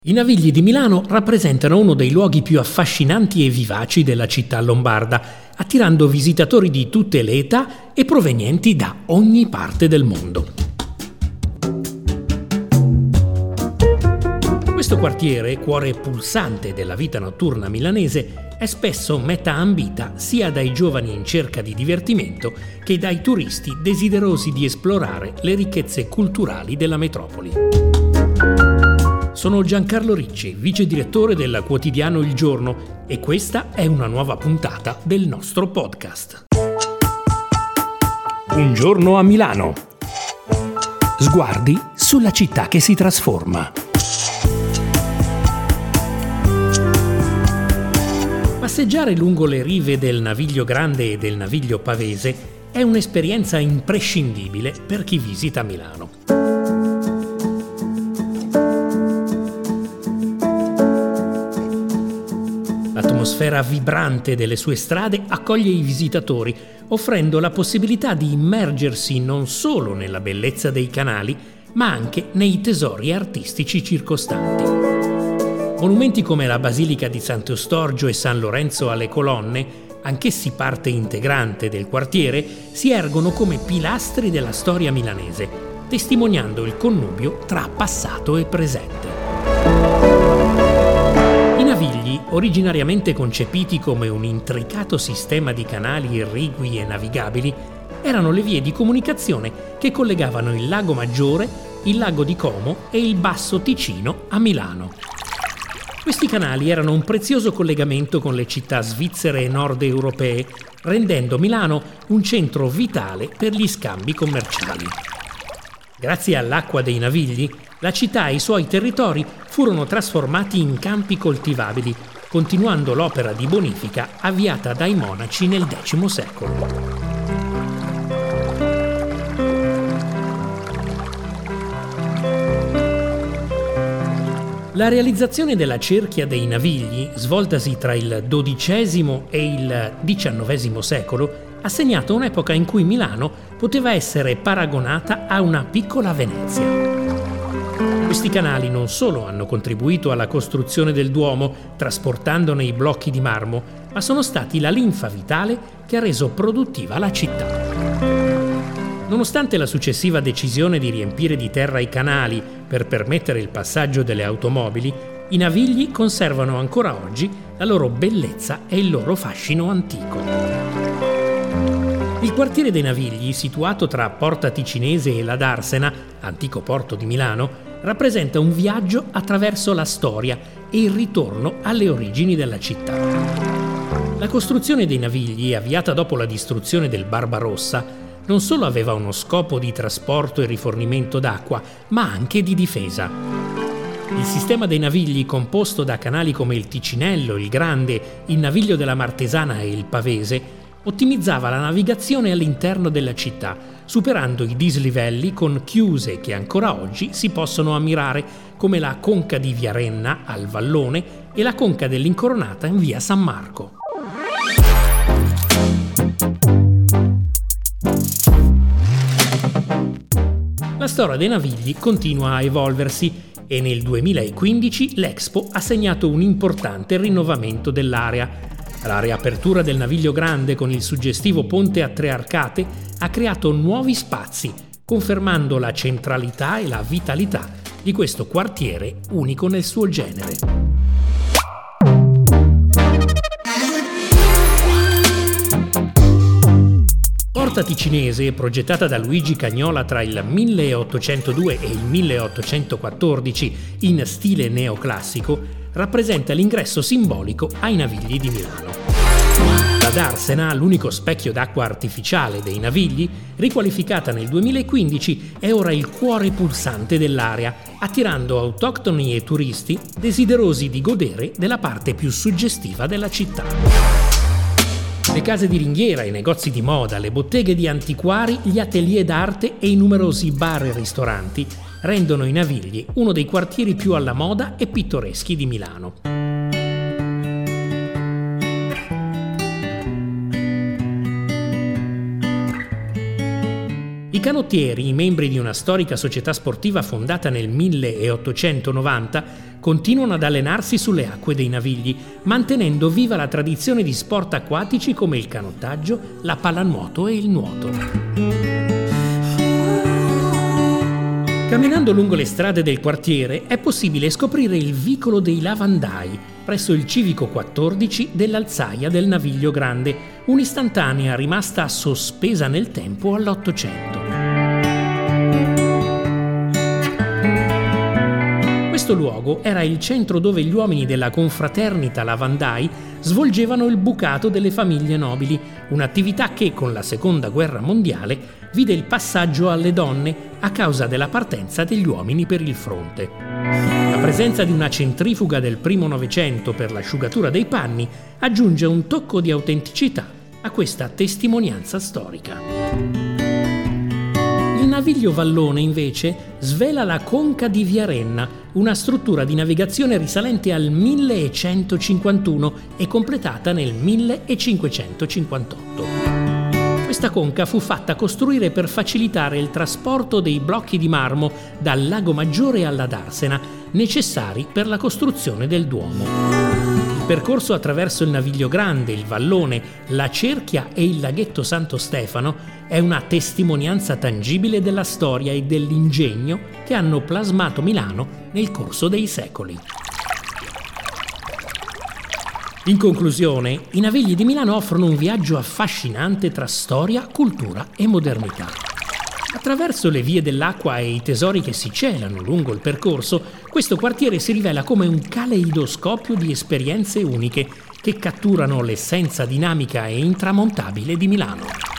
I Navigli di Milano rappresentano uno dei luoghi più affascinanti e vivaci della città lombarda, attirando visitatori di tutte le età e provenienti da ogni parte del mondo. Questo quartiere, cuore pulsante della vita notturna milanese, è spesso meta ambita sia dai giovani in cerca di divertimento che dai turisti desiderosi di esplorare le ricchezze culturali della metropoli. Sono Giancarlo Ricci, vice direttore del quotidiano Il Giorno, e questa è una nuova puntata del nostro podcast. Un giorno a Milano. Sguardi sulla città che si trasforma. Passeggiare lungo le rive del Naviglio Grande e del Naviglio Pavese è un'esperienza imprescindibile per chi visita Milano. L'atmosfera vibrante delle sue strade accoglie i visitatori, offrendo la possibilità di immergersi non solo nella bellezza dei canali, ma anche nei tesori artistici circostanti. Monumenti come la Basilica di Sant'Eustorgio e San Lorenzo alle Colonne, anch'essi parte integrante del quartiere, si ergono come pilastri della storia milanese, testimoniando il connubio tra passato e presente. I Navigli, originariamente concepiti come un intricato sistema di canali irrigui e navigabili, erano le vie di comunicazione che collegavano il Lago Maggiore, il Lago di Como e il Basso Ticino a Milano. Questi canali erano un prezioso collegamento con le città svizzere e nord europee, rendendo Milano un centro vitale per gli scambi commerciali. Grazie all'acqua dei Navigli, la città e i suoi territori furono trasformati in campi coltivabili, continuando l'opera di bonifica avviata dai monaci nel X secolo. La realizzazione della cerchia dei Navigli, svoltasi tra il XII e il XIX secolo, ha segnato un'epoca in cui Milano poteva essere paragonata a una piccola Venezia. Questi canali non solo hanno contribuito alla costruzione del Duomo, trasportandone i blocchi di marmo, ma sono stati la linfa vitale che ha reso produttiva la città. Nonostante la successiva decisione di riempire di terra i canali per permettere il passaggio delle automobili, i Navigli conservano ancora oggi la loro bellezza e il loro fascino antico. Il quartiere dei Navigli, situato tra Porta Ticinese e la Darsena, antico porto di Milano, rappresenta un viaggio attraverso la storia e il ritorno alle origini della città. La costruzione dei Navigli, avviata dopo la distruzione del Barbarossa, non solo aveva uno scopo di trasporto e rifornimento d'acqua, ma anche di difesa. Il sistema dei Navigli, composto da canali come il Ticinello, il Grande, il Naviglio della Martesana e il Pavese, ottimizzava la navigazione all'interno della città, superando i dislivelli con chiuse che ancora oggi si possono ammirare, come la conca di Viarenna al Vallone e la conca dell'Incoronata in via San Marco. La storia dei Navigli continua a evolversi e nel 2015 l'Expo ha segnato un importante rinnovamento dell'area. La riapertura del Naviglio Grande con il suggestivo ponte a 3 arcate ha creato nuovi spazi, confermando la centralità e la vitalità di questo quartiere unico nel suo genere. Porta Ticinese, progettata da Luigi Cagnola tra il 1802 e il 1814 in stile neoclassico, rappresenta l'ingresso simbolico ai Navigli di Milano. La Darsena, l'unico specchio d'acqua artificiale dei Navigli, riqualificata nel 2015, è ora il cuore pulsante dell'area, attirando autoctoni e turisti desiderosi di godere della parte più suggestiva della città. Le case di ringhiera, i negozi di moda, le botteghe di antiquari, gli atelier d'arte e i numerosi bar e ristoranti rendono i Navigli uno dei quartieri più alla moda e pittoreschi di Milano. I canottieri, i membri di una storica società sportiva fondata nel 1890, continuano ad allenarsi sulle acque dei Navigli, mantenendo viva la tradizione di sport acquatici come il canottaggio, la pallanuoto e il nuoto. Camminando lungo le strade del quartiere è possibile scoprire il vicolo dei lavandai, presso il civico 14 dell'Alzaia del Naviglio Grande, un'istantanea rimasta sospesa nel tempo all'Ottocento. Questo luogo era il centro dove gli uomini della confraternita lavandai svolgevano il bucato delle famiglie nobili, un'attività che con la Seconda Guerra Mondiale vide il passaggio alle donne a causa della partenza degli uomini per il fronte. La presenza di una centrifuga del primo Novecento per l'asciugatura dei panni aggiunge un tocco di autenticità a questa testimonianza storica. Il Naviglio Vallone, invece, svela la conca di Viarenna, una struttura di navigazione risalente al 1151 e completata nel 1558. Questa conca fu fatta costruire per facilitare il trasporto dei blocchi di marmo dal Lago Maggiore alla Darsena, necessari per la costruzione del Duomo. Il percorso attraverso il Naviglio Grande, il Vallone, la Cerchia e il laghetto Santo Stefano è una testimonianza tangibile della storia e dell'ingegno che hanno plasmato Milano nel corso dei secoli. In conclusione, i Navigli di Milano offrono un viaggio affascinante tra storia, cultura e modernità. Attraverso le vie dell'acqua e i tesori che si celano lungo il percorso, questo quartiere si rivela come un caleidoscopio di esperienze uniche che catturano l'essenza dinamica e intramontabile di Milano.